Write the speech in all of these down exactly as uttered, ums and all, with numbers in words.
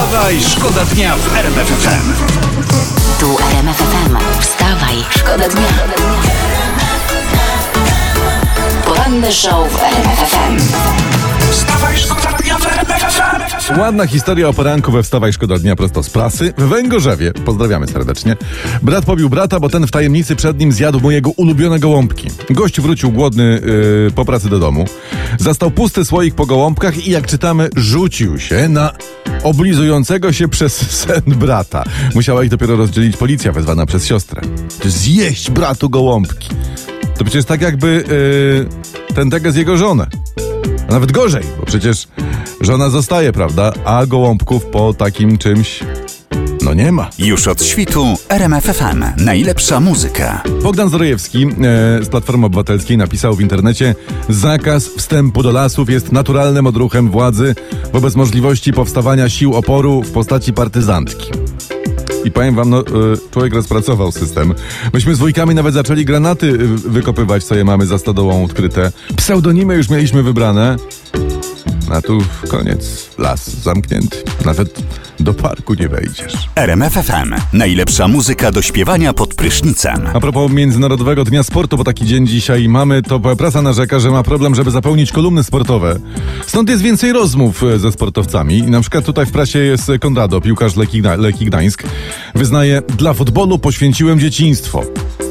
Wstawaj, szkoda dnia w R M F F M. Tu R M F F M. Wstawaj, szkoda dnia. Poranny show w R M F F M. Wstawaj, szkoda dnia w R M F F M. Ładna historia o poranku we Wstawaj, szkoda dnia prosto z prasy. W Węgorzewie, pozdrawiamy serdecznie, brat pobił brata, bo ten w tajemnicy przed nim zjadł mu jego ulubione gołąbki. Gość wrócił głodny yy, po pracy do domu. Zastał pusty słoik po gołąbkach i jak czytamy, rzucił się na oblizującego się przez sen brata. Musiała ich dopiero rozdzielić policja wezwana przez siostrę. Zjeść bratu gołąbki. To przecież tak jakby yy, ten teges jego żonę. A nawet gorzej, bo przecież żona zostaje, prawda? A gołąbków po takim czymś no nie ma. Już od świtu R M F F M. Najlepsza muzyka. Bogdan Zdrojewski e, z Platformy Obywatelskiej napisał w internecie: zakaz wstępu do lasów jest naturalnym odruchem władzy wobec możliwości powstawania sił oporu w postaci partyzantki. I powiem wam, no, człowiek rozpracował system. Myśmy z wujkami nawet zaczęli granaty wykopywać, co je mamy za stodołą odkryte. Pseudonimy już mieliśmy wybrane. A tu koniec. Las zamknięty. Nawet do parku nie wejdziesz. R M F F M. Najlepsza muzyka do śpiewania pod prysznicem. A propos Międzynarodowego Dnia Sportu, bo taki dzień dzisiaj mamy, to prasa narzeka, że ma problem, żeby zapełnić kolumny sportowe. Stąd jest więcej rozmów ze sportowcami. I na przykład tutaj w prasie jest Konrado, piłkarz Lechii Gda- Lechii Gdańsk. Wyznaje: dla futbolu poświęciłem dzieciństwo.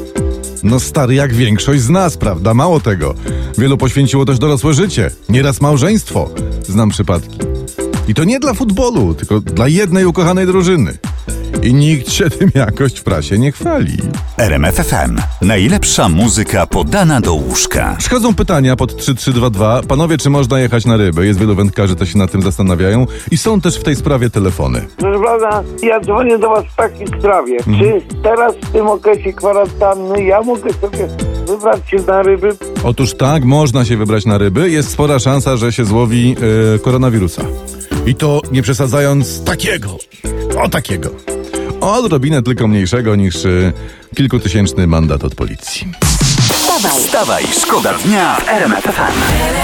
No stary, jak większość z nas, prawda? Mało tego. Wielu poświęciło też dorosłe życie. Nieraz małżeństwo. Znam przypadki. I to nie dla futbolu, tylko dla jednej ukochanej drużyny. I nikt się tym jakoś w prasie nie chwali. R M F F M. Najlepsza muzyka podana do łóżka. Przychodzą pytania pod trzy trzy dwa dwa. Panowie, czy można jechać na ryby? Jest wielu wędkarzy, to się nad tym zastanawiają. I są też w tej sprawie telefony. Proszę pana, ja dzwonię do was w takiej sprawie. Mhm. Czy teraz w tym okresie kwarantanny ja mogę sobie wybrać się na ryby? Otóż tak, można się wybrać na ryby. Jest spora szansa, że się złowi yy, koronawirusa. I to nie przesadzając takiego. O takiego. Odrobinę tylko mniejszego niż y, kilkutysięczny mandat od policji. Wstawaj, Wstawaj, szkoda dnia w R M F F M.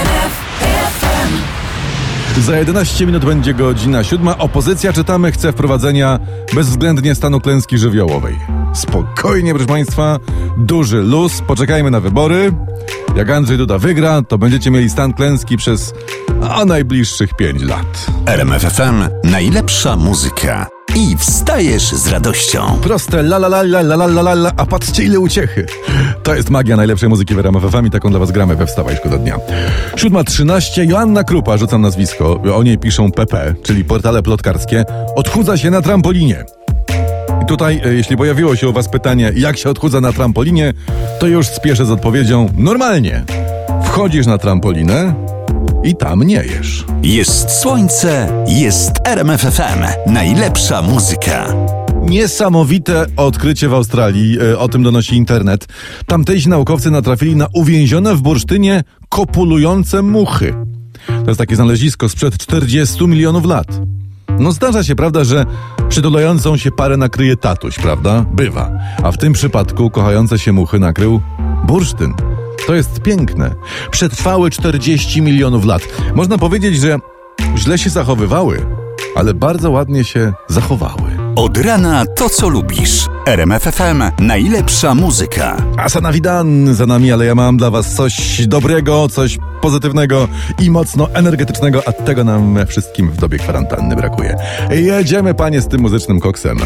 Za jedenaście minut będzie godzina siódma. Opozycja, czytamy, chce wprowadzenia bezwzględnie stanu klęski żywiołowej. Spokojnie, proszę państwa, duży luz, poczekajmy na wybory. Jak Andrzej Duda wygra, to będziecie mieli stan klęski przez a najbliższych pięć lat. R M F F M. Najlepsza muzyka. I wstajesz z radością. Proste la la la la la la la la, a patrzcie ile uciechy. To jest magia najlepszej muzyki w R M F F M i taką dla was gramy we Wstawaj, szkoda dnia. siódma trzynaście, Joanna Krupa, rzucam nazwisko, o niej piszą P P, czyli portale plotkarskie, odchudza się na trampolinie. I tutaj, jeśli pojawiło się u was pytanie, jak się odchudza na trampolinie, to już spieszę z odpowiedzią: normalnie. Wchodzisz na trampolinę i tam nie jesz. Jest słońce, jest R M F F M. Najlepsza muzyka. Niesamowite odkrycie w Australii, o tym donosi internet. Tamtejsi naukowcy natrafili na uwięzione w bursztynie kopulujące muchy. To jest takie znalezisko sprzed czterdziestu milionów lat. No zdarza się, prawda, że przytulającą się parę nakryje tatuś, prawda? Bywa. A w tym przypadku kochające się muchy nakrył bursztyn. To jest piękne. Przetrwały czterdzieści milionów lat. Można powiedzieć, że źle się zachowywały, ale bardzo ładnie się zachowały. Od rana to, co lubisz. R M F F M. Najlepsza muzyka. Asa Navidan za nami, ale ja mam dla was coś dobrego, coś pozytywnego i mocno energetycznego, a tego nam wszystkim w dobie kwarantanny brakuje. Jedziemy, panie, z tym muzycznym koksem.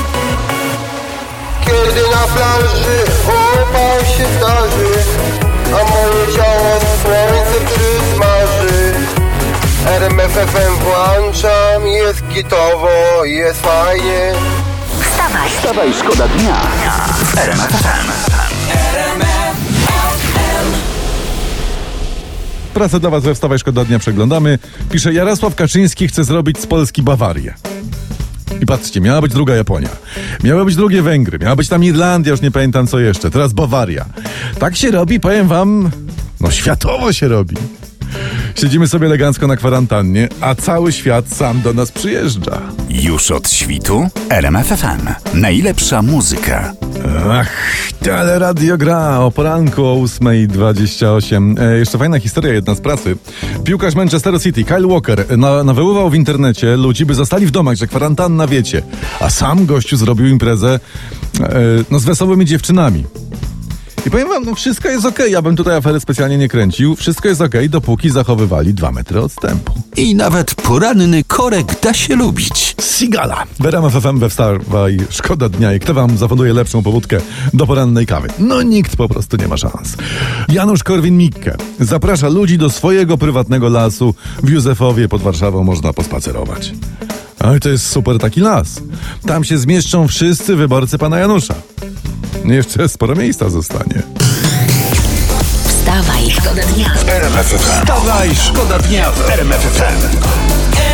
Kiedy na plaży upał się zdarzy, a moje ciało słońce przysmaży, R M F F M włączam, jest gitowo, jest fajnie. wstawaj, Wstawaj, szkoda dnia w R M F F M. Pracę dla was we Wstawaj, szkoda dnia przeglądamy. Pisze: Jarosław Kaczyński chce zrobić z Polski Bawarię. I patrzcie, miała być druga Japonia, miały być drugie Węgry, miała być tam Irlandia, już nie pamiętam co jeszcze, teraz Bawaria. Tak się robi, powiem wam, no światowo się robi. Siedzimy sobie elegancko na kwarantannie, a cały świat sam do nas przyjeżdża. Już od świtu R M F F M. Najlepsza muzyka. Ach, ale radio gra o poranku o ósma dwadzieścia osiem. E, jeszcze fajna historia jedna z prasy. Piłkarz Manchesteru City, Kyle Walker, na, nawoływał w internecie ludzi, by zostali w domach, że kwarantanna wiecie. A sam gościu zrobił imprezę e, no, z wesołymi dziewczynami. I powiem wam, no wszystko jest okej, okay. Ja bym tutaj afery specjalnie nie kręcił. Wszystko jest okej, okay, dopóki zachowywali dwa metry odstępu. I nawet poranny korek da się lubić. Sigala. W R M F F M we Wstawaj, szkoda dnia. I kto wam zawoduje lepszą pobudkę do porannej kawy? No nikt po prostu nie ma szans. Janusz Korwin-Mikke zaprasza ludzi do swojego prywatnego lasu. W Józefowie pod Warszawą można pospacerować. Ale to jest super taki las. Tam się zmieszczą wszyscy wyborcy pana Janusza. Jeszcze sporo miejsca zostanie. Wstawaj, szkoda dnia w R M F F M. Wstawaj, szkoda dnia w R M F F M.